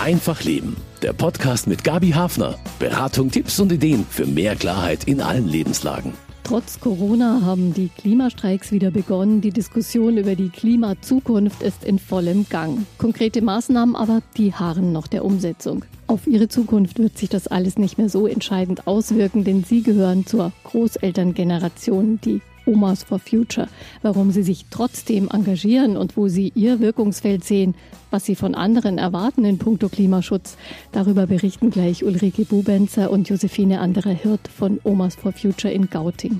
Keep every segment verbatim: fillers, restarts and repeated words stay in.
Einfach Leben, der Podcast mit Gabi Hafner. Beratung, Tipps und Ideen für mehr Klarheit in allen Lebenslagen. Trotz Corona haben die Klimastreiks wieder begonnen. Die Diskussion über die Klimazukunft ist in vollem Gang. Konkrete Maßnahmen aber, die harren noch der Umsetzung. Auf ihre Zukunft wird sich das alles nicht mehr so entscheidend auswirken, denn sie gehören zur Großelterngeneration, die Omas for Future. Warum sie sich trotzdem engagieren und wo sie ihr Wirkungsfeld sehen, was sie von anderen erwarten in puncto Klimaschutz, darüber berichten gleich Ulrike Bubenzer und Josephine Anderer-Hirt von Omas for Future in Gauting.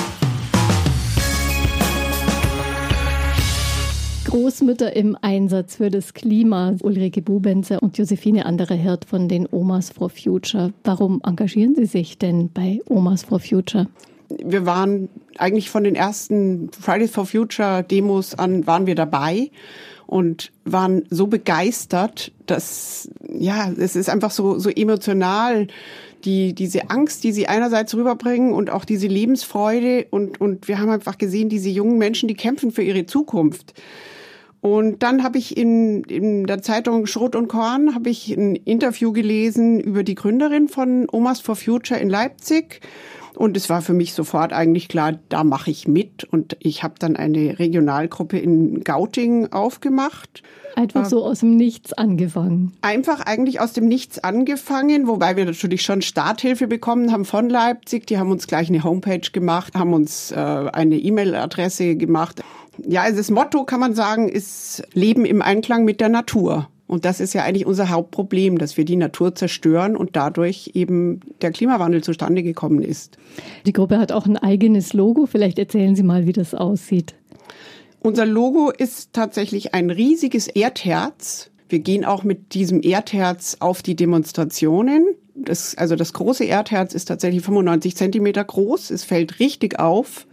Großmütter im Einsatz für das Klima, Ulrike Bubenzer und Josephine Anderer-Hirt von den Omas for Future. Warum engagieren Sie sich denn bei Omas for Future? Wir waren eigentlich von den ersten Fridays for Future Demos an, waren wir dabei und waren so begeistert, dass, ja, es ist einfach so, so emotional, die, diese Angst, die sie einerseits rüberbringen und auch diese Lebensfreude und, und wir haben einfach gesehen, diese jungen Menschen, die kämpfen für ihre Zukunft. Und dann habe ich in, in der Zeitung Schrot und Korn habe ich ein Interview gelesen über die Gründerin von Omas for Future in Leipzig. Und es war für mich sofort eigentlich klar, da mache ich mit. Und ich habe dann eine Regionalgruppe in Gauting aufgemacht. Einfach so aus dem Nichts angefangen. Einfach eigentlich aus dem Nichts angefangen, wobei wir natürlich schon Starthilfe bekommen haben von Leipzig. Die haben uns gleich eine Homepage gemacht, haben uns äh, eine E-Mail-Adresse gemacht. Ja, also das Motto, kann man sagen, ist Leben im Einklang mit der Natur. Und das ist ja eigentlich unser Hauptproblem, dass wir die Natur zerstören und dadurch eben der Klimawandel zustande gekommen ist. Die Gruppe hat auch ein eigenes Logo. Vielleicht erzählen Sie mal, wie das aussieht. Unser Logo ist tatsächlich ein riesiges Erdherz. Wir gehen auch mit diesem Erdherz auf die Demonstrationen. Das, also das große Erdherz ist tatsächlich fünfundneunzig Zentimeter groß. Es fällt richtig auf.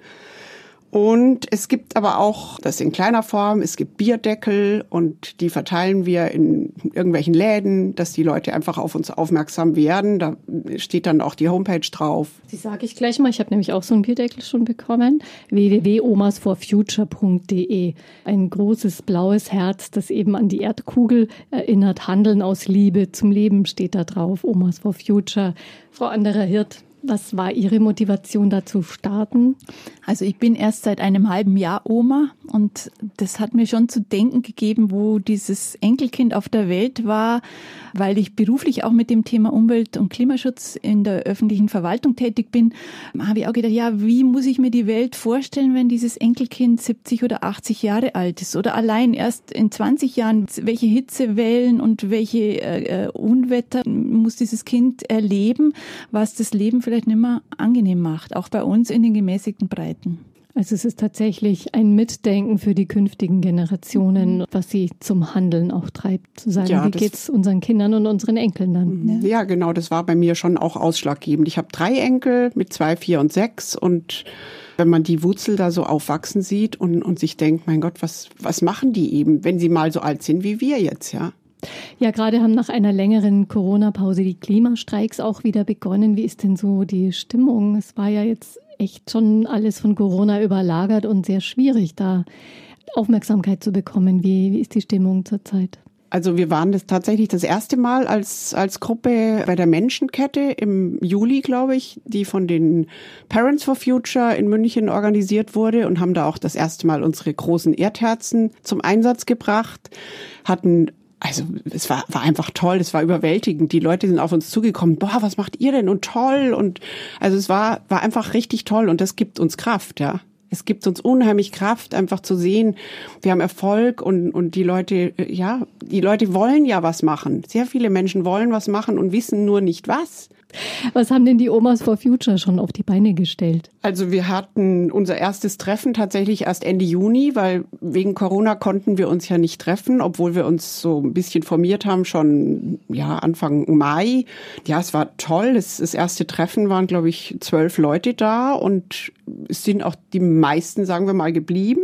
Und es gibt aber auch das in kleiner Form, es gibt Bierdeckel und die verteilen wir in irgendwelchen Läden, dass die Leute einfach auf uns aufmerksam werden. Da steht dann auch die Homepage drauf. Die sage ich gleich mal, ich habe nämlich auch so einen Bierdeckel schon bekommen. w w w punkt omas for future punkt d e. Ein großes blaues Herz, das eben an die Erdkugel erinnert. Handeln aus Liebe zum Leben steht da drauf. Omas for Future. Frau Anderer-Hirt, was war Ihre Motivation, da zu starten? Also ich bin erst seit einem halben Jahr Oma und das hat mir schon zu denken gegeben, wo dieses Enkelkind auf der Welt war, weil ich beruflich auch mit dem Thema Umwelt- und Klimaschutz in der öffentlichen Verwaltung tätig bin, habe ich auch gedacht, ja, wie muss ich mir die Welt vorstellen, wenn dieses Enkelkind siebzig oder achtzig Jahre alt ist oder allein erst in zwanzig Jahren, welche Hitzewellen und welche äh, Unwetter muss dieses Kind erleben, was das Leben vielleicht nicht mehr angenehm macht, auch bei uns in den gemäßigten Breiten. Also es ist tatsächlich ein Mitdenken für die künftigen Generationen, was sie zum Handeln auch treibt. Zu sagen, ja, wie geht's unseren Kindern und unseren Enkeln dann? Ja. ja, genau, das war bei mir schon auch ausschlaggebend. Ich habe drei Enkel mit zwei, vier und sechs und wenn man die Wurzel da so aufwachsen sieht und, und sich denkt, mein Gott, was, was machen die eben, wenn sie mal so alt sind wie wir jetzt, ja? Ja, gerade haben nach einer längeren Corona-Pause die Klimastreiks auch wieder begonnen. Wie ist denn so die Stimmung? Es war ja jetzt echt schon alles von Corona überlagert und sehr schwierig, da Aufmerksamkeit zu bekommen. Wie, wie ist die Stimmung zurzeit? Also wir waren das tatsächlich das erste Mal als als Gruppe bei der Menschenkette im Juli, glaube ich, die von den Parents for Future in München organisiert wurde und haben da auch das erste Mal unsere großen Erdherzen zum Einsatz gebracht, hatten Also es war, war einfach toll, es war überwältigend. Die Leute sind auf uns zugekommen, boah, was macht ihr denn? Und toll. Und also es war war einfach richtig toll und das gibt uns Kraft, ja. Es gibt uns unheimlich Kraft, einfach zu sehen, wir haben Erfolg und und die Leute, ja, die Leute wollen ja was machen. Sehr viele Menschen wollen was machen und wissen nur nicht was. Was haben denn die Omas for Future schon auf die Beine gestellt? Also wir hatten unser erstes Treffen tatsächlich erst Ende Juni, weil wegen Corona konnten wir uns ja nicht treffen, obwohl wir uns so ein bisschen formiert haben, schon ja Anfang Mai. Ja, es war toll. Das, das erste Treffen waren, glaube ich, zwölf Leute da und es sind auch die meisten, sagen wir mal, geblieben.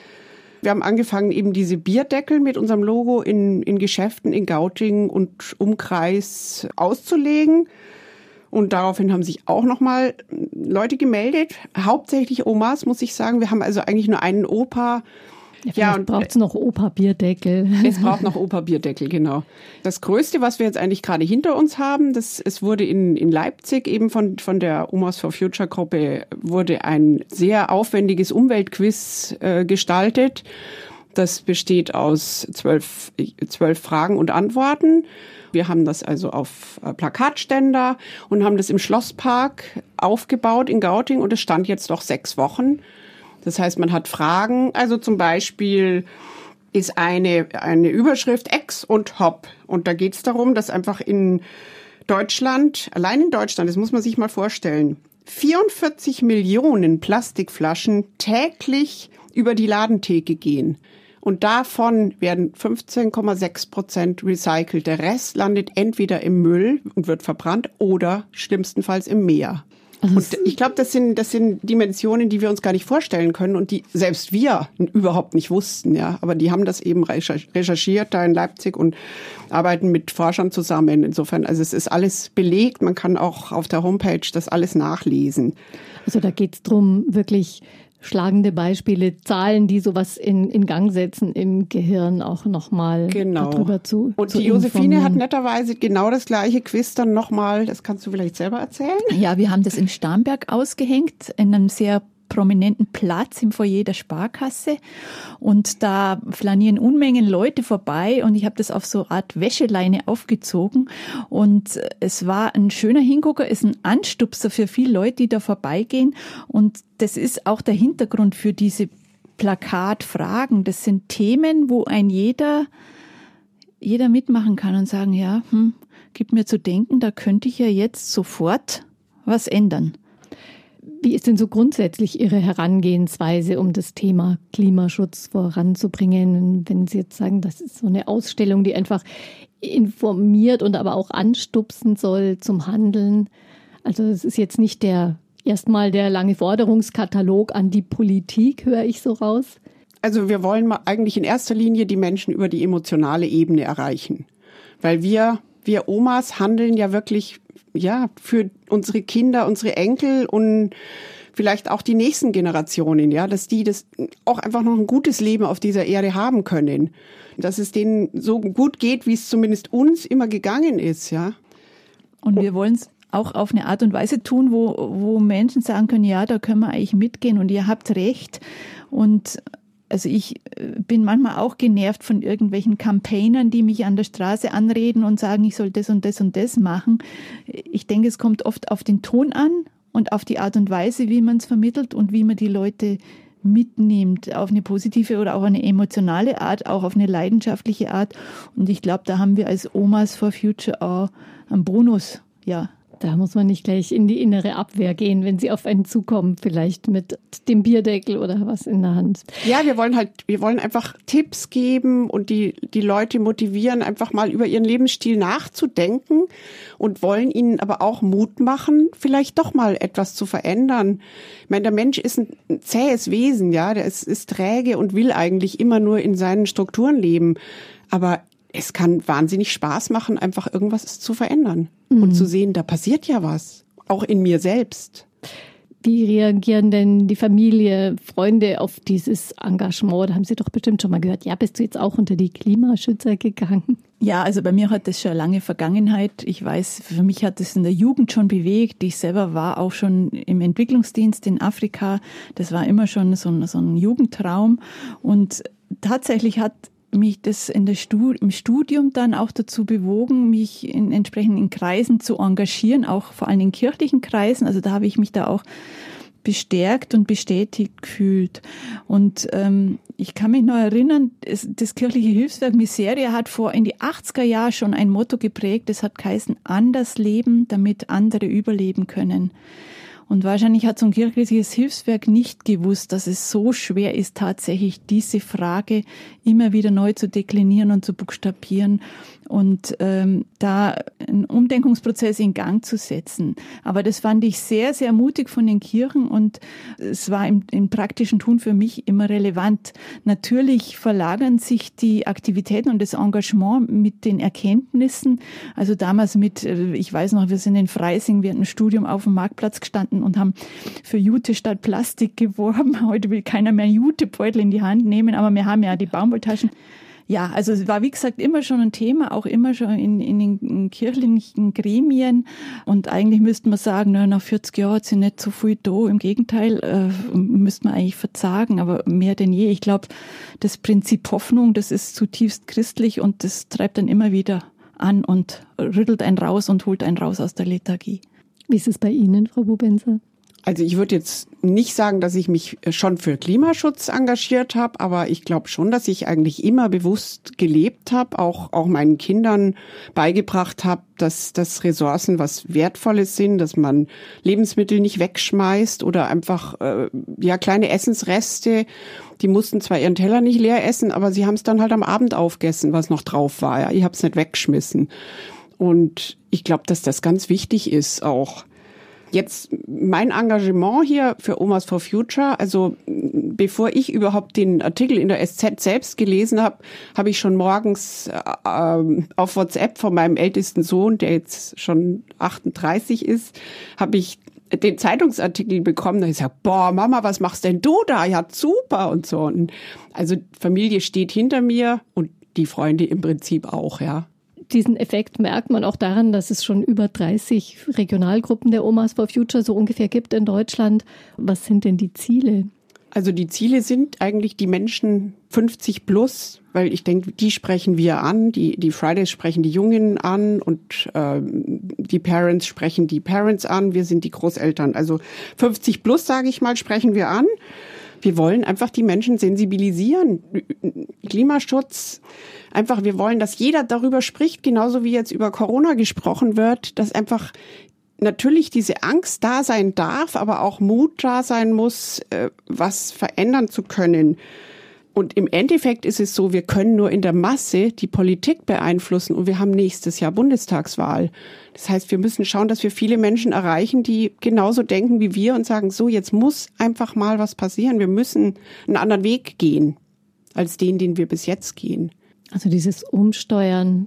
Wir haben angefangen, eben diese Bierdeckel mit unserem Logo in, in Geschäften in Gauting und Umkreis auszulegen. Und daraufhin haben sich auch nochmal Leute gemeldet, hauptsächlich Omas, muss ich sagen. Wir haben also eigentlich nur einen Opa, Ja, ja, und braucht es noch Opa-Bierdeckel. Es braucht noch Opa-Bierdeckel, genau. Das Größte, was wir jetzt eigentlich gerade hinter uns haben, das, es wurde in, in Leipzig eben von, von der Omas for Future Gruppe wurde ein sehr aufwendiges Umweltquiz äh, gestaltet. Das besteht aus zwölf, zwölf Fragen und Antworten. Wir haben das also auf Plakatständer und haben das im Schlosspark aufgebaut in Gauting und es stand jetzt noch sechs Wochen. Das heißt, man hat Fragen, also zum Beispiel ist eine, eine Überschrift Ex und Hop. Und da geht es darum, dass einfach in Deutschland, allein in Deutschland, das muss man sich mal vorstellen, vierundvierzig Millionen Plastikflaschen täglich über die Ladentheke gehen. Und davon werden fünfzehn Komma sechs Prozent recycelt. Der Rest landet entweder im Müll und wird verbrannt oder schlimmstenfalls im Meer. Und ich glaube, das sind, das sind Dimensionen, die wir uns gar nicht vorstellen können und die selbst wir überhaupt nicht wussten, ja. Aber die haben das eben recherchiert da in Leipzig und arbeiten mit Forschern zusammen. Insofern, also es ist alles belegt. Man kann auch auf der Homepage das alles nachlesen. Also da geht es darum, wirklich schlagende Beispiele, Zahlen, die sowas in, in Gang setzen im Gehirn, auch nochmal genau. darüber zu Und zu die Josephine hat netterweise genau das gleiche Quiz dann nochmal, das kannst du vielleicht selber erzählen? Ja, wir haben das in Starnberg ausgehängt, in einem sehr prominenten Platz im Foyer der Sparkasse und da flanieren Unmengen Leute vorbei und ich habe das auf so eine Art Wäscheleine aufgezogen und es war ein schöner Hingucker, ist ein Anstupser für viele Leute, die da vorbeigehen und das ist auch der Hintergrund für diese Plakatfragen. Das sind Themen, wo ein jeder, jeder mitmachen kann und sagen, ja, hm, gib mir zu denken, da könnte ich ja jetzt sofort was ändern. Wie ist denn so grundsätzlich Ihre Herangehensweise, um das Thema Klimaschutz voranzubringen? Wenn Sie jetzt sagen, das ist so eine Ausstellung, die einfach informiert und aber auch anstupsen soll zum Handeln. Also es ist jetzt nicht der erstmal der lange Forderungskatalog an die Politik, höre ich so raus. Also wir wollen mal eigentlich in erster Linie die Menschen über die emotionale Ebene erreichen. Weil wir, wir Omas handeln ja wirklich ja, für unsere Kinder, unsere Enkel und vielleicht auch die nächsten Generationen, ja, dass die das auch einfach noch ein gutes Leben auf dieser Erde haben können. Dass es denen so gut geht, wie es zumindest uns immer gegangen ist, ja. Und wir wollen es auch auf eine Art und Weise tun, wo, wo Menschen sagen können, ja, da können wir eigentlich mitgehen und ihr habt recht. Und also ich bin manchmal auch genervt von irgendwelchen Campaignern, die mich an der Straße anreden und sagen, ich soll das und das und das machen. Ich denke, es kommt oft auf den Ton an und auf die Art und Weise, wie man es vermittelt und wie man die Leute mitnimmt, auf eine positive oder auch eine emotionale Art, auch auf eine leidenschaftliche Art. Und ich glaube, da haben wir als Omas for Future auch einen Bonus, ja. Da muss man nicht gleich in die innere Abwehr gehen, wenn sie auf einen zukommen, vielleicht mit dem Bierdeckel oder was in der Hand. Ja, wir wollen halt, wir wollen einfach Tipps geben und die, die Leute motivieren, einfach mal über ihren Lebensstil nachzudenken und wollen ihnen aber auch Mut machen, vielleicht doch mal etwas zu verändern. Ich meine, der Mensch ist ein zähes Wesen, ja, der ist, ist träge und will eigentlich immer nur in seinen Strukturen leben. Aber es kann wahnsinnig Spaß machen, einfach irgendwas zu verändern mhm. und zu sehen, da passiert ja was, auch in mir selbst. Wie reagieren denn die Familie, Freunde auf dieses Engagement? Da haben Sie doch bestimmt schon mal gehört, ja, bist du jetzt auch unter die Klimaschützer gegangen? Ja, also bei mir hat das schon eine lange Vergangenheit. Ich weiß, für mich hat das in der Jugend schon bewegt. Ich selber war auch schon im Entwicklungsdienst in Afrika. Das war immer schon so ein, so ein Jugendtraum. Und tatsächlich hat mich das in der Stud- im Studium dann auch dazu bewogen, mich in entsprechenden Kreisen zu engagieren, auch vor allem in kirchlichen Kreisen. Also da habe ich mich da auch bestärkt und bestätigt gefühlt. Und ähm, ich kann mich noch erinnern, das, das kirchliche Hilfswerk Miseria hat vor in die achtziger Jahre schon ein Motto geprägt, das hat geheißen, anders leben, damit andere überleben können. Und wahrscheinlich hat so ein kirchliches Hilfswerk nicht gewusst, dass es so schwer ist, tatsächlich diese Frage immer wieder neu zu deklinieren und zu buchstabieren und ähm, da einen Umdenkungsprozess in Gang zu setzen. Aber das fand ich sehr, sehr mutig von den Kirchen und es war im, im praktischen Tun für mich immer relevant. Natürlich verlagern sich die Aktivitäten und das Engagement mit den Erkenntnissen. Also damals mit, ich weiß noch, wir sind in Freising, wir hatten ein Studium auf dem Marktplatz gestanden gestanden und haben für Jute statt Plastik geworben. Heute will keiner mehr Jutebeutel in die Hand nehmen, aber wir haben ja die Baumwolltaschen. Ja, also es war, wie gesagt, immer schon ein Thema, auch immer schon in, in den kirchlichen Gremien. Und eigentlich müsste man sagen, na, nach vierzig Jahren hat sich nicht so viel da. Im Gegenteil, äh, müsste man eigentlich verzagen, aber mehr denn je. Ich glaube, das Prinzip Hoffnung, das ist zutiefst christlich und das treibt dann immer wieder an und rüttelt einen raus und holt einen raus aus der Lethargie. Wie ist es bei Ihnen, Frau Bubenzer? Also ich würde jetzt nicht sagen, dass ich mich schon für Klimaschutz engagiert habe, aber ich glaube schon, dass ich eigentlich immer bewusst gelebt habe, auch auch meinen Kindern beigebracht habe, dass dass Ressourcen was Wertvolles sind, dass man Lebensmittel nicht wegschmeißt oder einfach äh, ja kleine Essensreste, die mussten zwar ihren Teller nicht leer essen, aber sie haben es dann halt am Abend aufgegessen, was noch drauf war. Ja, ich habe es nicht weggeschmissen. Und ich glaube, dass das ganz wichtig ist auch. Jetzt mein Engagement hier für Omas for Future, also bevor ich überhaupt den Artikel in der S Z selbst gelesen habe, habe ich schon morgens äh, auf WhatsApp von meinem ältesten Sohn, der jetzt schon achtunddreißig ist, habe ich den Zeitungsartikel bekommen. Da habe ich gesagt, boah, Mama, was machst denn du da? Ja, super und so. Und also Familie steht hinter mir und die Freunde im Prinzip auch, ja. Diesen Effekt merkt man auch daran, dass es schon über dreißig Regionalgruppen der Omas for Future so ungefähr gibt in Deutschland. Was sind denn die Ziele? Also die Ziele sind eigentlich die Menschen fünfzig plus, weil ich denke, die sprechen wir an, die die Fridays sprechen die Jungen an und äh, die Parents sprechen die Parents an. Wir sind die Großeltern. Also fünfzig plus, sage ich mal, sprechen wir an. Wir wollen einfach die Menschen sensibilisieren. Klimaschutz, einfach, wir wollen, dass jeder darüber spricht, genauso wie jetzt über Corona gesprochen wird, dass einfach natürlich diese Angst da sein darf, aber auch Mut da sein muss, was verändern zu können. Und im Endeffekt ist es so, wir können nur in der Masse die Politik beeinflussen und wir haben nächstes Jahr Bundestagswahl. Das heißt, wir müssen schauen, dass wir viele Menschen erreichen, die genauso denken wie wir und sagen, so, jetzt muss einfach mal was passieren. Wir müssen einen anderen Weg gehen als den, den wir bis jetzt gehen. Also dieses Umsteuern,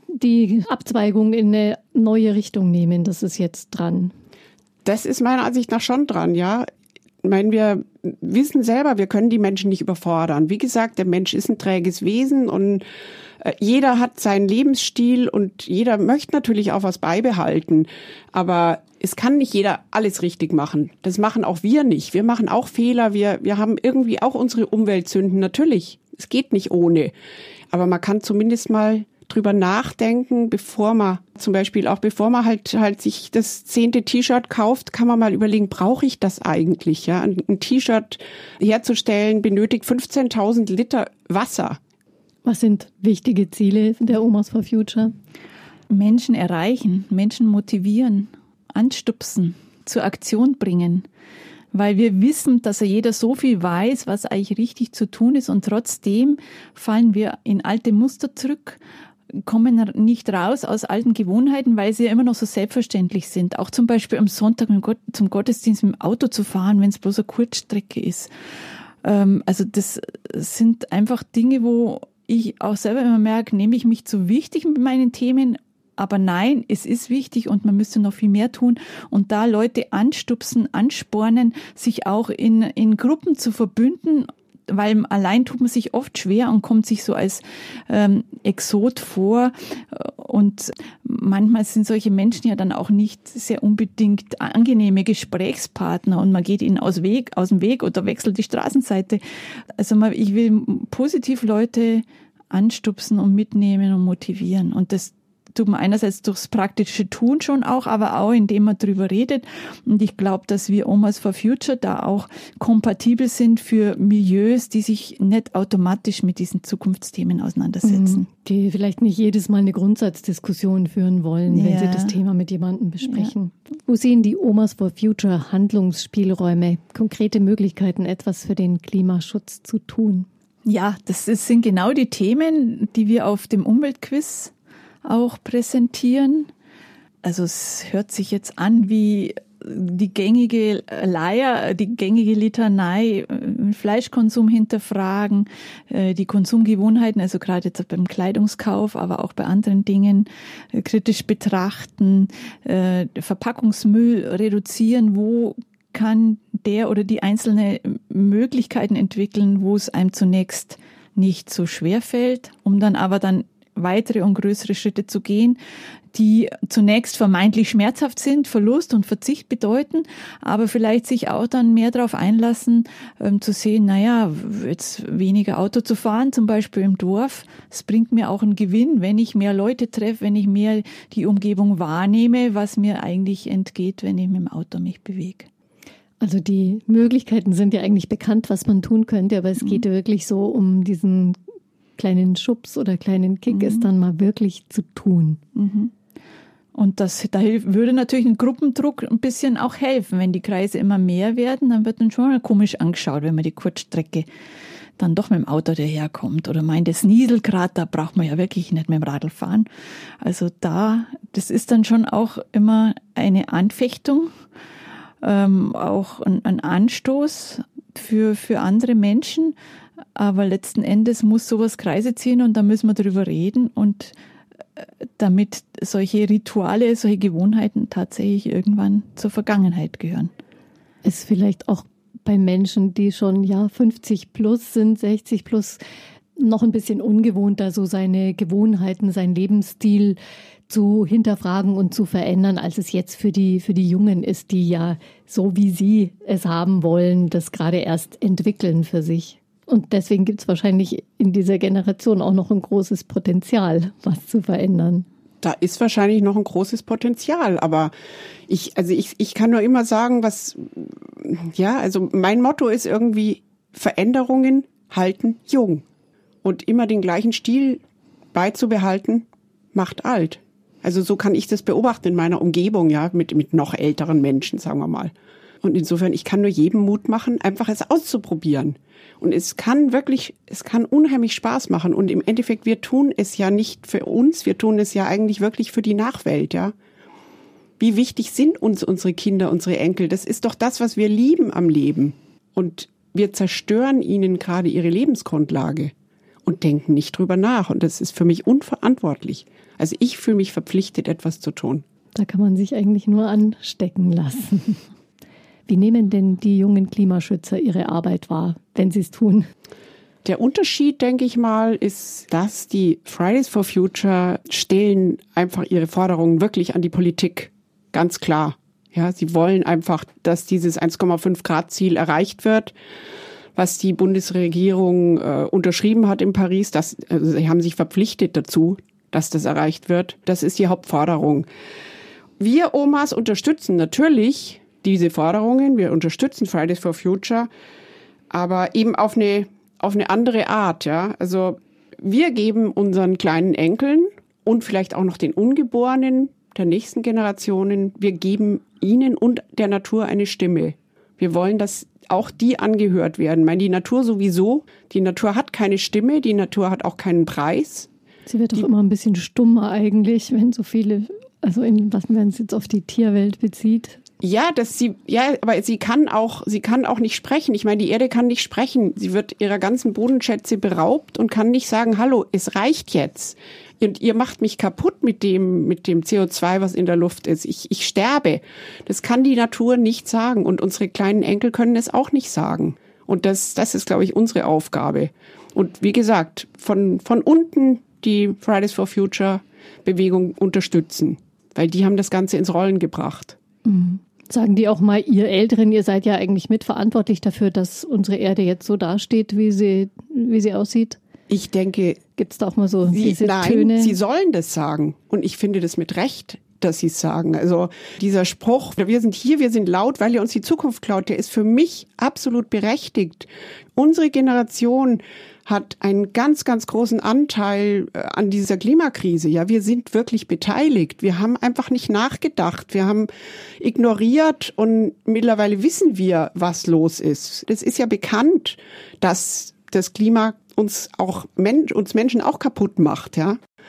die Abzweigung in eine neue Richtung nehmen, das ist jetzt dran. Das ist meiner Ansicht nach schon dran, ja. Ich meine, wir wissen selber, wir können die Menschen nicht überfordern. Wie gesagt, der Mensch ist ein träges Wesen und jeder hat seinen Lebensstil und jeder möchte natürlich auch was beibehalten. Aber es kann nicht jeder alles richtig machen. Das machen auch wir nicht. Wir machen auch Fehler. Wir, wir haben irgendwie auch unsere Umweltsünden. Natürlich, es geht nicht ohne. Aber man kann zumindest mal drüber nachdenken, bevor man zum Beispiel auch bevor man halt halt sich das zehnte T-Shirt kauft, kann man mal überlegen, brauche ich das eigentlich? Ja, ein, ein T-Shirt herzustellen benötigt fünfzehntausend Liter Wasser. Was sind wichtige Ziele der Omas for Future? Menschen erreichen, Menschen motivieren, anstupsen, zur Aktion bringen. Weil wir wissen, dass ja jeder so viel weiß, was eigentlich richtig zu tun ist. Und trotzdem fallen wir in alte Muster zurück, kommen nicht raus aus alten Gewohnheiten, weil sie ja immer noch so selbstverständlich sind. Auch zum Beispiel am Sonntag zum Gottesdienst mit dem Auto zu fahren, wenn es bloß eine Kurzstrecke ist. Also das sind einfach Dinge, wo ich auch selber immer merke, nehme ich mich zu wichtig mit meinen Themen. Aber nein, es ist wichtig und man müsste noch viel mehr tun und da Leute anstupsen, anspornen, sich auch in, in Gruppen zu verbünden, weil allein tut man sich oft schwer und kommt sich so als ähm, Exot vor. Und manchmal sind solche Menschen ja dann auch nicht sehr unbedingt angenehme Gesprächspartner und man geht ihnen aus, Weg, aus dem Weg oder wechselt die Straßenseite. Also man, ich will positiv Leute anstupsen und mitnehmen und motivieren. Und das tut man einerseits durchs praktische Tun schon auch, aber auch indem man drüber redet. Und ich glaube, dass wir Omas for Future da auch kompatibel sind für Milieus, die sich nicht automatisch mit diesen Zukunftsthemen auseinandersetzen. Die vielleicht nicht jedes Mal eine Grundsatzdiskussion führen wollen, ja. wenn sie das Thema mit jemandem besprechen. Ja. Wo sehen die Omas for Future Handlungsspielräume, konkrete Möglichkeiten, etwas für den Klimaschutz zu tun? Ja, das sind genau die Themen, die wir auf dem Umweltquiz auch präsentieren. Also es hört sich jetzt an wie die gängige Leier, die gängige Litanei, Fleischkonsum hinterfragen, die Konsumgewohnheiten, also gerade jetzt beim Kleidungskauf, aber auch bei anderen Dingen kritisch betrachten, Verpackungsmüll reduzieren, wo kann der oder die einzelne Möglichkeiten entwickeln, wo es einem zunächst nicht so schwer fällt, um dann aber dann weitere und größere Schritte zu gehen, die zunächst vermeintlich schmerzhaft sind, Verlust und Verzicht bedeuten, aber vielleicht sich auch dann mehr darauf einlassen, ähm, zu sehen, naja, jetzt weniger Auto zu fahren, zum Beispiel im Dorf, es bringt mir auch einen Gewinn, wenn ich mehr Leute treffe, wenn ich mehr die Umgebung wahrnehme, was mir eigentlich entgeht, wenn ich mit dem Auto mich bewege. Also die Möglichkeiten sind ja eigentlich bekannt, was man tun könnte, aber es geht ja wirklich so um diesen kleinen Schubs oder kleinen Kick, mhm. es dann mal wirklich zu tun. Mhm. Und das, da würde natürlich ein Gruppendruck ein bisschen auch helfen. Wenn die Kreise immer mehr werden, dann wird dann schon mal komisch angeschaut, wenn man die Kurzstrecke dann doch mit dem Auto daherkommt. Oder meint, das nieselt gerade, da braucht man ja wirklich nicht mit dem Radl fahren. Also da, das ist dann schon auch immer eine Anfechtung, ähm, auch ein, ein Anstoß für, für andere Menschen. Aber letzten Endes muss sowas Kreise ziehen und da müssen wir drüber reden und damit solche Rituale, solche Gewohnheiten tatsächlich irgendwann zur Vergangenheit gehören. Ist vielleicht auch bei Menschen, die schon ja fünfzig plus sind, sechzig plus, noch ein bisschen ungewohnter, so seine Gewohnheiten, seinen Lebensstil zu hinterfragen und zu verändern, als es jetzt für die, für die Jungen ist, die ja so wie sie es haben wollen, das gerade erst entwickeln für sich. Und deswegen gibt es wahrscheinlich in dieser Generation auch noch ein großes Potenzial, was zu verändern. Da ist wahrscheinlich noch ein großes Potenzial, aber ich, also ich, ich kann nur immer sagen, was, ja, also mein Motto ist irgendwie, Veränderungen halten jung. Und immer den gleichen Stil beizubehalten, macht alt. Also so kann ich das beobachten in meiner Umgebung, ja, mit, mit noch älteren Menschen, sagen wir mal. Und insofern, ich kann nur jedem Mut machen, einfach es auszuprobieren. Und es kann wirklich, es kann unheimlich Spaß machen. Und im Endeffekt, wir tun es ja nicht für uns, wir tun es ja eigentlich wirklich für die Nachwelt, ja. Wie wichtig sind uns unsere Kinder, unsere Enkel? Das ist doch das, was wir lieben am Leben. Und wir zerstören ihnen gerade ihre Lebensgrundlage und denken nicht drüber nach. Und das ist für mich unverantwortlich. Also ich fühle mich verpflichtet, etwas zu tun. Da kann man sich eigentlich nur anstecken lassen. Wie nehmen denn die jungen Klimaschützer ihre Arbeit wahr, wenn sie es tun? Der Unterschied, denke ich mal, ist, dass die Fridays for Future stellen einfach ihre Forderungen wirklich an die Politik. Ganz klar. Ja, sie wollen einfach, dass dieses eins Komma fünf Grad Ziel erreicht wird, was die Bundesregierung äh, unterschrieben hat in Paris. Das, also sie haben sich verpflichtet dazu, dass das erreicht wird. Das ist die Hauptforderung. Wir Omas unterstützen natürlich diese Forderungen. Wir unterstützen Fridays for Future, aber eben auf eine, auf eine andere Art, ja. Also wir geben unseren kleinen Enkeln und vielleicht auch noch den Ungeborenen der nächsten Generationen, wir geben ihnen und der Natur eine Stimme. Wir wollen, dass auch die angehört werden. Ich meine, die Natur sowieso, die Natur hat keine Stimme, die Natur hat auch keinen Preis. Sie wird doch die, immer ein bisschen stummer eigentlich, wenn so viele, also in, was man es jetzt auf die Tierwelt bezieht. Ja, dass sie, ja, aber sie kann auch, sie kann auch nicht sprechen. Ich meine, die Erde kann nicht sprechen. Sie wird ihrer ganzen Bodenschätze beraubt und kann nicht sagen, hallo, es reicht jetzt. Und ihr macht mich kaputt mit dem, mit dem C O zwei, was in der Luft ist. Ich, ich sterbe. Das kann die Natur nicht sagen. Und unsere kleinen Enkel können es auch nicht sagen. Und das, das ist, glaube ich, unsere Aufgabe. Und wie gesagt, von, von unten die Fridays for Future Bewegung unterstützen. Weil die haben das Ganze ins Rollen gebracht. Mhm. Sagen die auch mal, ihr Älteren, ihr seid ja eigentlich mitverantwortlich dafür, dass unsere Erde jetzt so dasteht, wie sie, wie sie aussieht? Ich denke, gibt es da auch mal so sie, diese nein, Töne? Sie sollen das sagen. Und ich finde das mit Recht, dass sie es sagen. Also dieser Spruch, wir sind hier, wir sind laut, weil ihr uns die Zukunft klaut, der ist für mich absolut berechtigt. Unsere Generation hat einen ganz, ganz großen Anteil an dieser Klimakrise. Ja, wir sind wirklich beteiligt. Wir haben einfach nicht nachgedacht. Wir haben ignoriert und mittlerweile wissen wir, was los ist. Es ist ja bekannt, dass das Klima uns auch uns Menschen auch kaputt macht, ja.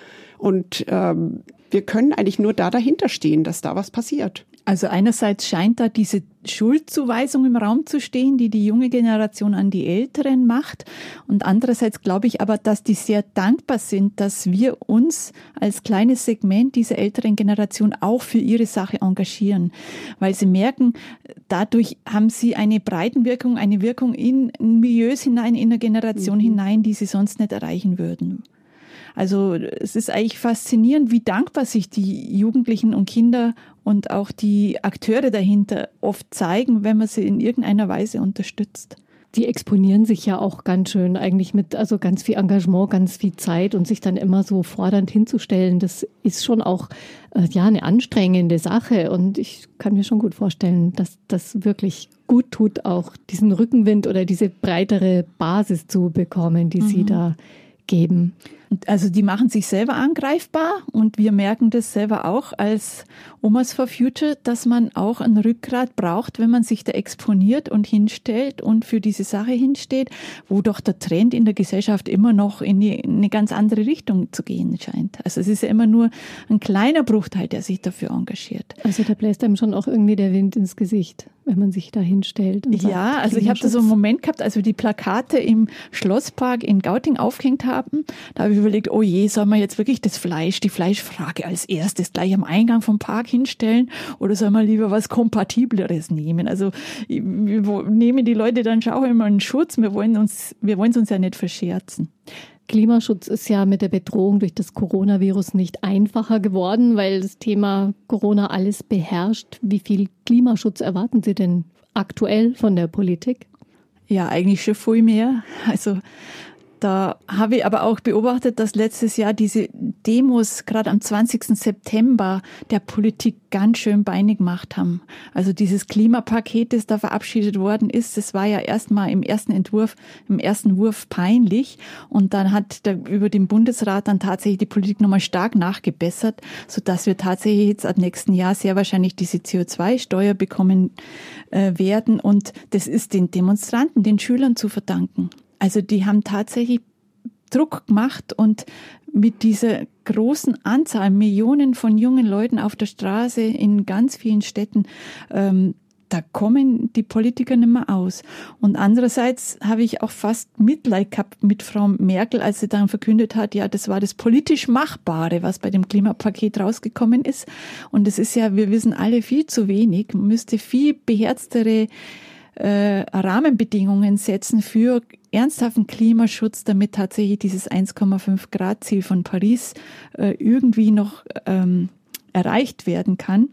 Und ähm, wir können eigentlich nur da dahinter stehen, dass da was passiert. Also einerseits scheint da diese Schuldzuweisung im Raum zu stehen, die die junge Generation an die Älteren macht. Und andererseits glaube ich aber, dass die sehr dankbar sind, dass wir uns als kleines Segment dieser älteren Generation auch für ihre Sache engagieren. Weil sie merken, dadurch haben sie eine Breitenwirkung, eine Wirkung in Milieus hinein, in eine Generation mhm. hinein, die sie sonst nicht erreichen würden. Also es ist eigentlich faszinierend, wie dankbar sich die Jugendlichen und Kinder und auch die Akteure dahinter oft zeigen, wenn man sie in irgendeiner Weise unterstützt. Die exponieren sich ja auch ganz schön eigentlich mit, also ganz viel Engagement, ganz viel Zeit und sich dann immer so fordernd hinzustellen. Das ist schon auch äh, ja eine anstrengende Sache und ich kann mir schon gut vorstellen, dass das wirklich gut tut, auch diesen Rückenwind oder diese breitere Basis zu bekommen, die mhm. sie da geben. Also die machen sich selber angreifbar und wir merken das selber auch als Omas for Future, dass man auch ein Rückgrat braucht, wenn man sich da exponiert und hinstellt und für diese Sache hinsteht, wo doch der Trend in der Gesellschaft immer noch in eine ganz andere Richtung zu gehen scheint. Also es ist ja immer nur ein kleiner Bruchteil, der sich dafür engagiert. Also da bläst einem schon auch irgendwie der Wind ins Gesicht, wenn man sich da hinstellt. Und ja, sagt, also ich habe da so einen Moment gehabt, als wir die Plakate im Schlosspark in Gauting aufgehängt haben, da habe ich überlegt, oh je, soll man jetzt wirklich das Fleisch, die Fleischfrage als erstes gleich am Eingang vom Park hinstellen oder soll man lieber was Kompatibleres nehmen? Also wir nehmen die Leute dann schon auch immer in Schutz, wir wollen uns, wir wollen es uns ja nicht verscherzen. Klimaschutz ist ja mit der Bedrohung durch das Coronavirus nicht einfacher geworden, weil das Thema Corona alles beherrscht. Wie viel Klimaschutz erwarten Sie denn aktuell von der Politik? Ja, eigentlich schon viel mehr. Also da habe ich aber auch beobachtet, dass letztes Jahr diese Demos gerade am zwanzigsten September der Politik ganz schön Beine gemacht haben. Also dieses Klimapaket, das da verabschiedet worden ist, das war ja erstmal im ersten Entwurf, im ersten Wurf peinlich. Und dann hat der, über den Bundesrat dann tatsächlich die Politik nochmal stark nachgebessert, sodass wir tatsächlich jetzt ab nächsten Jahr sehr wahrscheinlich diese C O zwei Steuer bekommen äh, werden. Und das ist den Demonstranten, den Schülern zu verdanken. Also die haben tatsächlich Druck gemacht und mit dieser großen Anzahl, Millionen von jungen Leuten auf der Straße in ganz vielen Städten, ähm, da kommen die Politiker nicht mehr aus. Und andererseits habe ich auch fast Mitleid gehabt mit Frau Merkel, als sie dann verkündet hat, ja, das war das politisch Machbare, was bei dem Klimapaket rausgekommen ist. Und es ist ja, wir wissen alle viel zu wenig, man müsste viel beherztere Äh, Rahmenbedingungen setzen für ernsthaften Klimaschutz, damit tatsächlich dieses eins Komma fünf Grad Ziel von Paris äh, irgendwie noch ähm, erreicht werden kann.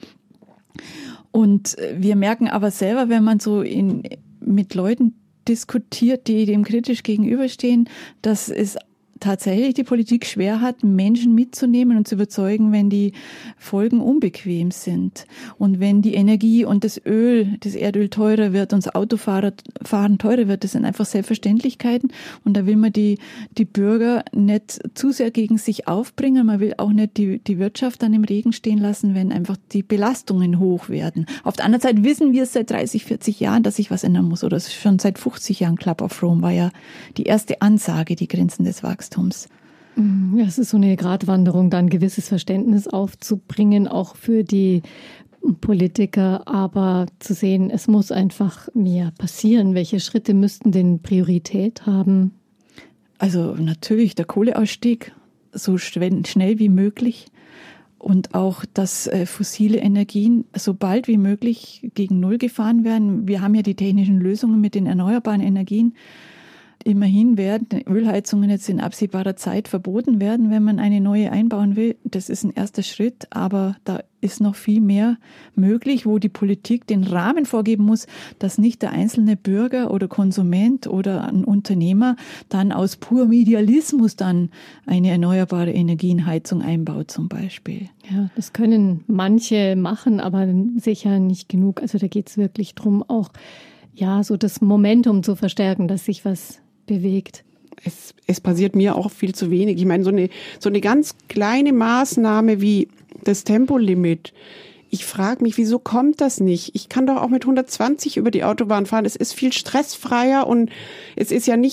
Und wir merken aber selber, wenn man so in, mit Leuten diskutiert, die dem kritisch gegenüberstehen, dass es tatsächlich die Politik schwer hat, Menschen mitzunehmen und zu überzeugen, wenn die Folgen unbequem sind. Und wenn die Energie und das Öl, das Erdöl teurer wird und das Autofahren teurer wird, das sind einfach Selbstverständlichkeiten. Und da will man die, die Bürger nicht zu sehr gegen sich aufbringen. Man will auch nicht die, die Wirtschaft dann im Regen stehen lassen, wenn einfach die Belastungen hoch werden. Auf der anderen Seite wissen wir es seit dreißig, vierzig Jahren, dass sich was ändern muss. Oder schon seit fünfzig Jahren. Club of Rome war ja die erste Ansage, die Grenzen des Wachstums. Ja, es ist so eine Gratwanderung, da ein gewisses Verständnis aufzubringen, auch für die Politiker, aber zu sehen, es muss einfach mehr passieren. Welche Schritte müssten denn Priorität haben? Also natürlich der Kohleausstieg so schnell wie möglich und auch, dass fossile Energien so bald wie möglich gegen Null gefahren werden. Wir haben ja die technischen Lösungen mit den erneuerbaren Energien. Immerhin werden Ölheizungen jetzt in absehbarer Zeit verboten werden, wenn man eine neue einbauen will. Das ist ein erster Schritt, aber da ist noch viel mehr möglich, wo die Politik den Rahmen vorgeben muss, dass nicht der einzelne Bürger oder Konsument oder ein Unternehmer dann aus purem Idealismus dann eine erneuerbare Energienheizung einbaut zum Beispiel. Ja, das können manche machen, aber sicher nicht genug. Also da geht es wirklich drum, auch ja so das Momentum zu verstärken, dass sich was bewegt. Es, es passiert mir auch viel zu wenig. Ich meine, so eine, so eine ganz kleine Maßnahme wie das Tempolimit. Ich frage mich, wieso kommt das nicht? Ich kann doch auch mit hundertzwanzig über die Autobahn fahren. Es ist viel stressfreier und es ist ja nicht so,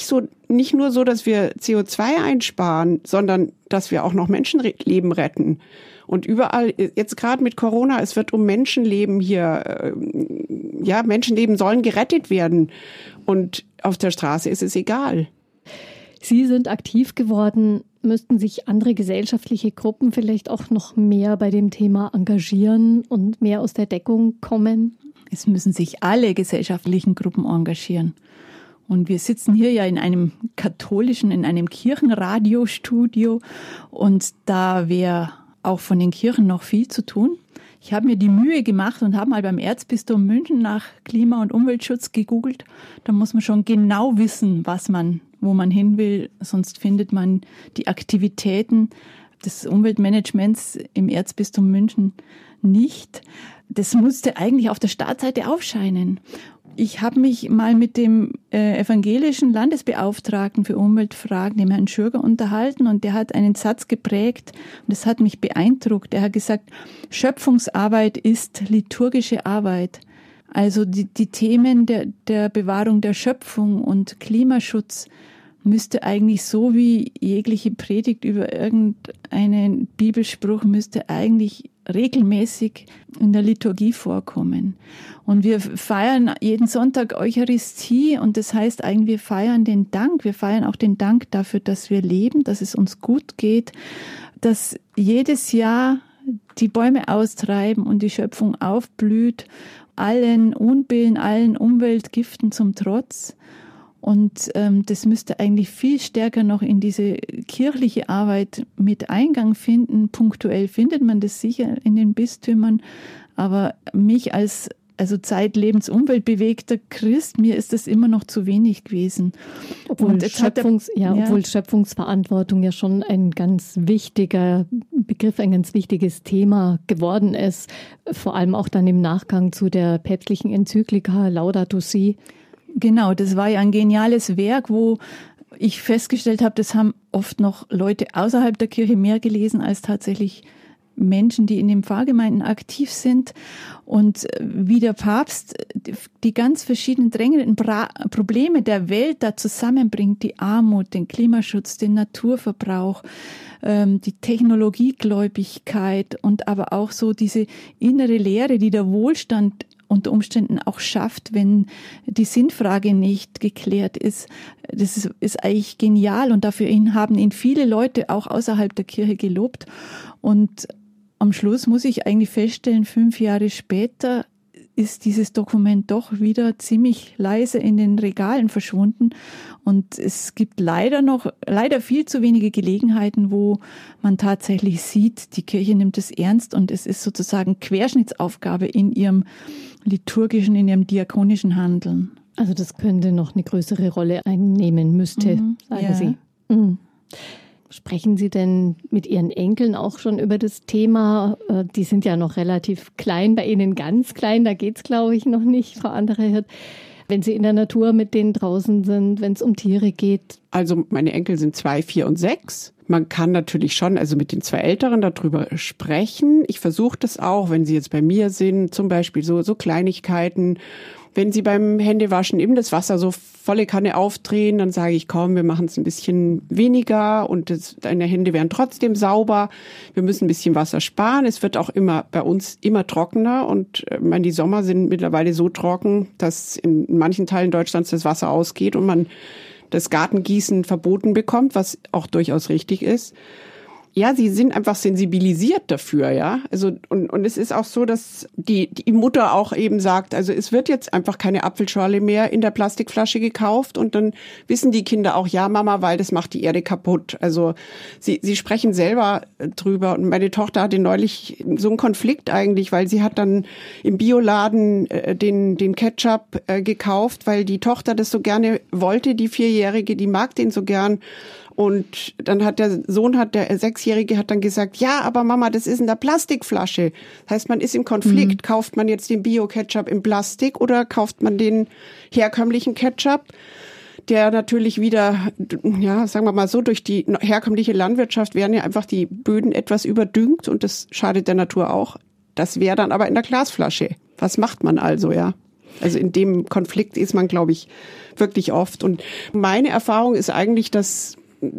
nicht nur so, dass wir C O zwei einsparen, sondern dass wir auch noch Menschenleben retten. Und überall, jetzt gerade mit Corona, es wird um Menschenleben hier, ja, Menschenleben sollen gerettet werden. Und auf der Straße ist es egal. Sie sind aktiv geworden. Müssten sich andere gesellschaftliche Gruppen vielleicht auch noch mehr bei dem Thema engagieren und mehr aus der Deckung kommen? Es müssen sich alle gesellschaftlichen Gruppen engagieren. Und wir sitzen hier ja in einem katholischen, in einem Kirchenradiostudio. Und da wäre auch von den Kirchen noch viel zu tun. Ich habe mir die Mühe gemacht und habe mal beim Erzbistum München nach Klima- und Umweltschutz gegoogelt. Da muss man schon genau wissen, was man, wo man hin will. Sonst findet man die Aktivitäten des Umweltmanagements im Erzbistum München nicht. Das musste eigentlich auf der Startseite aufscheinen. Ich habe mich mal mit dem äh, evangelischen Landesbeauftragten für Umweltfragen, dem Herrn Schürger, unterhalten und der hat einen Satz geprägt und das hat mich beeindruckt. Er hat gesagt, Schöpfungsarbeit ist liturgische Arbeit. Also die, die Themen der, der Bewahrung der Schöpfung und Klimaschutz müsste eigentlich so wie jegliche Predigt über irgendeinen Bibelspruch müsste eigentlich regelmäßig in der Liturgie vorkommen. Und wir feiern jeden Sonntag Eucharistie und das heißt eigentlich, wir feiern den Dank. Wir feiern auch den Dank dafür, dass wir leben, dass es uns gut geht, dass jedes Jahr die Bäume austreiben und die Schöpfung aufblüht, allen Unbillen, allen Umweltgiften zum Trotz. Und ähm, das müsste eigentlich viel stärker noch in diese kirchliche Arbeit mit Eingang finden. Punktuell findet man das sicher in den Bistümern, aber mich als also zeitlebens umweltbewegter Christ, mir ist das immer noch zu wenig gewesen. Obwohl, Und Schöpfungs, der, ja, ja. obwohl Schöpfungsverantwortung ja schon ein ganz wichtiger Begriff, ein ganz wichtiges Thema geworden ist, vor allem auch dann im Nachgang zu der päpstlichen Enzyklika Laudato Si. Genau, das war ja ein geniales Werk, wo ich festgestellt habe, das haben oft noch Leute außerhalb der Kirche mehr gelesen als tatsächlich Menschen, die in den Pfarrgemeinden aktiv sind. Und wie der Papst die ganz verschiedenen drängenden Probleme der Welt da zusammenbringt, die Armut, den Klimaschutz, den Naturverbrauch, die Technologiegläubigkeit und aber auch so diese innere Leere, die der Wohlstand unter Umständen auch schafft, wenn die Sinnfrage nicht geklärt ist. Das ist, ist eigentlich genial und dafür haben ihn viele Leute auch außerhalb der Kirche gelobt. Und am Schluss muss ich eigentlich feststellen, fünf Jahre später ist dieses Dokument doch wieder ziemlich leise in den Regalen verschwunden. Und es gibt leider noch, leider viel zu wenige Gelegenheiten, wo man tatsächlich sieht, die Kirche nimmt es ernst und es ist sozusagen Querschnittsaufgabe in ihrem liturgischen, in ihrem diakonischen Handeln. Also das könnte noch eine größere Rolle einnehmen müsste, mhm, sagen ja. Sie. Mhm. Sprechen Sie denn mit Ihren Enkeln auch schon über das Thema? Die sind ja noch relativ klein, bei Ihnen ganz klein, da geht's, glaube ich, noch nicht, Frau Andererhirt. Wenn Sie in der Natur mit denen draußen sind, wenn es um Tiere geht? Also meine Enkel sind zwei, vier und sechs. Man kann natürlich schon, also mit den zwei Älteren darüber sprechen. Ich versuche das auch, wenn sie jetzt bei mir sind, zum Beispiel so, so Kleinigkeiten. Wenn sie beim Händewaschen eben das Wasser so volle Kanne aufdrehen, dann sage ich, komm, wir machen es ein bisschen weniger und das, deine Hände werden trotzdem sauber. Wir müssen ein bisschen Wasser sparen. Es wird auch immer bei uns immer trockener und ich meine, die Sommer sind mittlerweile so trocken, dass in manchen Teilen Deutschlands das Wasser ausgeht und man das Gartengießen verboten bekommt, was auch durchaus richtig ist. Ja, sie sind einfach sensibilisiert dafür, ja. Also, und, und es ist auch so, dass die, die Mutter auch eben sagt, also es wird jetzt einfach keine Apfelschorle mehr in der Plastikflasche gekauft und dann wissen die Kinder auch, ja, Mama, weil das macht die Erde kaputt. Also, sie, sie sprechen selber drüber und meine Tochter hatte neulich so einen Konflikt eigentlich, weil sie hat dann im Bioladen äh, den, den Ketchup äh, gekauft, weil die Tochter das so gerne wollte, die Vierjährige, die mag den so gern. Und dann hat der Sohn, hat der Sechsjährige hat dann gesagt, ja, aber Mama, das ist in der Plastikflasche. Das heißt, man ist im Konflikt. Mhm. Kauft man jetzt den Bio-Ketchup in Plastik oder kauft man den herkömmlichen Ketchup, der natürlich wieder, ja, sagen wir mal so, durch die herkömmliche Landwirtschaft werden ja einfach die Böden etwas überdüngt und das schadet der Natur auch. Das wäre dann aber in der Glasflasche. Was macht man also, ja? Also in dem Konflikt ist man, glaube ich, wirklich oft. Und meine Erfahrung ist eigentlich, dass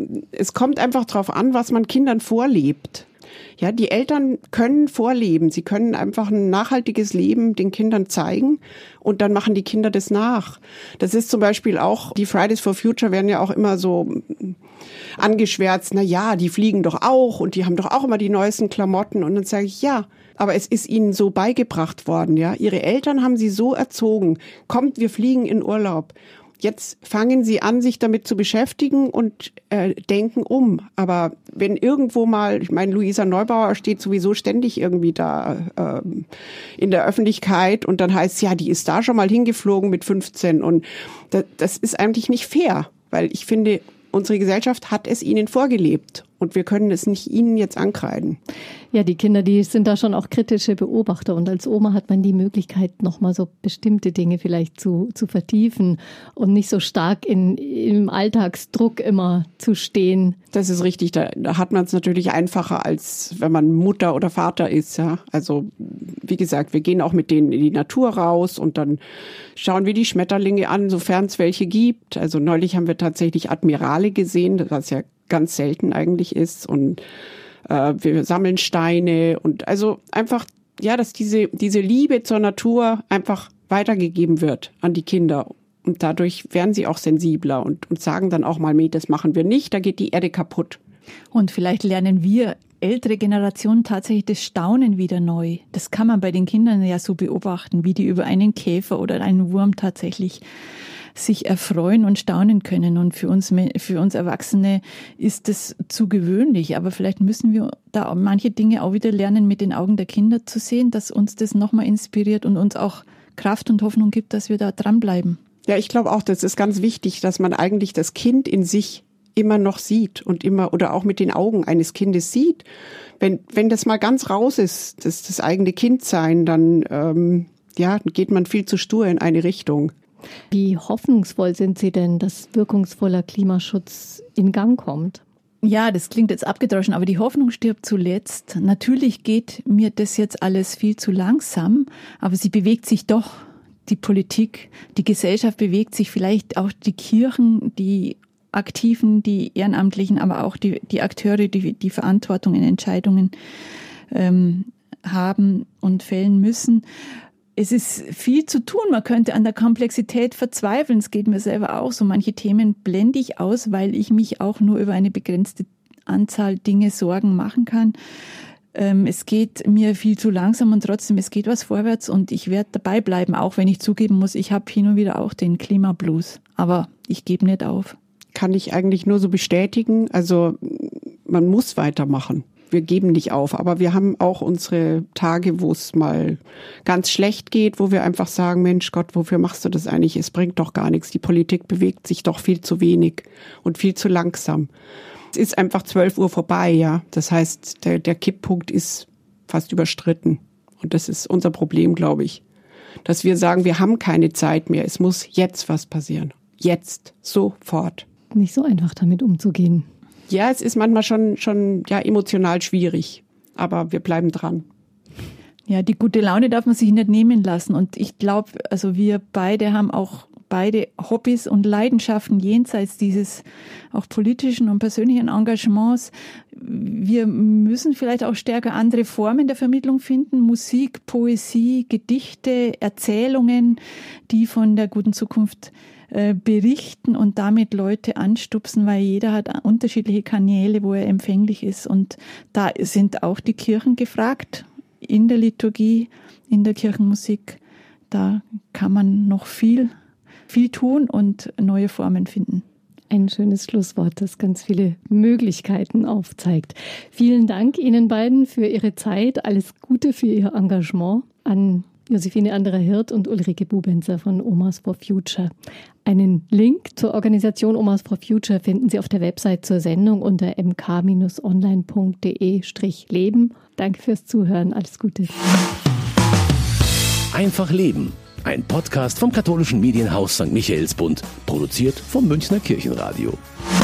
es kommt einfach drauf an, was man Kindern vorlebt. Ja, die Eltern können vorleben. Sie können einfach ein nachhaltiges Leben den Kindern zeigen und dann machen die Kinder das nach. Das ist zum Beispiel auch, die Fridays for Future werden ja auch immer so angeschwärzt, na ja, die fliegen doch auch und die haben doch auch immer die neuesten Klamotten. Und dann sage ich, ja, aber es ist ihnen so beigebracht worden, ja. Ihre Eltern haben sie so erzogen. Kommt, wir fliegen in Urlaub. Jetzt fangen sie an, sich damit zu beschäftigen und äh, denken um. Aber wenn irgendwo mal, ich meine, Luisa Neubauer steht sowieso ständig irgendwie da äh, in der Öffentlichkeit und dann heißt es, ja, die ist da schon mal hingeflogen mit fünfzehn. Und das, das ist eigentlich nicht fair, weil ich finde, unsere Gesellschaft hat es ihnen vorgelebt und wir können es nicht ihnen jetzt ankreiden. Ja, die Kinder, die sind da schon auch kritische Beobachter und als Oma hat man die Möglichkeit, nochmal so bestimmte Dinge vielleicht zu, zu vertiefen und nicht so stark in, im Alltagsdruck immer zu stehen. Das ist richtig, da, da hat man es natürlich einfacher, als wenn man Mutter oder Vater ist. Ja. Also wie gesagt, wir gehen auch mit denen in die Natur raus und dann schauen wir die Schmetterlinge an, sofern es welche gibt. Also neulich haben wir tatsächlich Admirale gesehen, was ja ganz selten eigentlich ist und äh, wir sammeln Steine und also einfach, ja, dass diese diese Liebe zur Natur einfach weitergegeben wird an die Kinder und dadurch werden sie auch sensibler und, und sagen dann auch mal, nee, das machen wir nicht, da geht die Erde kaputt. Und vielleicht lernen wir ältere Generationen tatsächlich das Staunen wieder neu. Das kann man bei den Kindern ja so beobachten, wie die über einen Käfer oder einen Wurm tatsächlich sich erfreuen und staunen können. Und für uns, für uns Erwachsene ist das zu gewöhnlich. Aber vielleicht müssen wir da manche Dinge auch wieder lernen, mit den Augen der Kinder zu sehen, dass uns das nochmal inspiriert und uns auch Kraft und Hoffnung gibt, dass wir da dranbleiben. Ja, ich glaube auch, das ist ganz wichtig, dass man eigentlich das Kind in sich immer noch sieht und immer oder auch mit den Augen eines Kindes sieht. Wenn wenn das mal ganz raus ist, das, das eigene Kindsein, dann ähm, ja, geht man viel zu stur in eine Richtung. Wie hoffnungsvoll sind Sie denn, dass wirkungsvoller Klimaschutz in Gang kommt? Ja, das klingt jetzt abgedroschen, aber die Hoffnung stirbt zuletzt. Natürlich geht mir das jetzt alles viel zu langsam, aber sie bewegt sich doch. Die Politik, die Gesellschaft bewegt sich, vielleicht auch die Kirchen, die Aktiven, die Ehrenamtlichen, aber auch die, die Akteure, die die Verantwortung in Entscheidungen ähm, haben und fällen müssen. Es ist viel zu tun. Man könnte an der Komplexität verzweifeln. Es geht mir selber auch so. Manche Themen blende ich aus, weil ich mich auch nur über eine begrenzte Anzahl Dinge Sorgen machen kann. Ähm, es geht mir viel zu langsam und trotzdem, es geht was vorwärts und ich werde dabei bleiben, auch wenn ich zugeben muss, ich habe hin und wieder auch den Klimablues. Aber ich gebe nicht auf. Kann ich eigentlich nur so bestätigen. Also man muss weitermachen. Wir geben nicht auf, aber wir haben auch unsere Tage, wo es mal ganz schlecht geht, wo wir einfach sagen, Mensch Gott, wofür machst du das eigentlich? Es bringt doch gar nichts. Die Politik bewegt sich doch viel zu wenig und viel zu langsam. Es ist einfach zwölf Uhr vorbei, ja. Das heißt, der, der Kipppunkt ist fast überstritten. Und das ist unser Problem, glaube ich. Dass wir sagen, wir haben keine Zeit mehr. Es muss jetzt was passieren. Jetzt. Sofort. Nicht so einfach damit umzugehen. Ja, es ist manchmal schon, schon ja, emotional schwierig, aber wir bleiben dran. Ja, die gute Laune darf man sich nicht nehmen lassen. Und ich glaube, also wir beide haben auch beide Hobbys und Leidenschaften jenseits dieses auch politischen und persönlichen Engagements. Wir müssen vielleicht auch stärker andere Formen der Vermittlung finden. Musik, Poesie, Gedichte, Erzählungen, die von der guten Zukunft berichten und damit Leute anstupsen, weil jeder hat unterschiedliche Kanäle, wo er empfänglich ist. Und da sind auch die Kirchen gefragt, in der Liturgie, in der Kirchenmusik. Da kann man noch viel, viel tun und neue Formen finden. Ein schönes Schlusswort, das ganz viele Möglichkeiten aufzeigt. Vielen Dank Ihnen beiden für Ihre Zeit. Alles Gute für Ihr Engagement. An Josephine Anderer-Hirt und Ulrike Bubenzer von Omas for Future. Einen Link zur Organisation Omas for Future finden Sie auf der Website zur Sendung unter m k bindestrich online punkt d e slash leben. Danke fürs Zuhören. Alles Gute. Einfach Leben. Ein Podcast vom katholischen Medienhaus Sankt Michaelsbund, produziert vom Münchner Kirchenradio.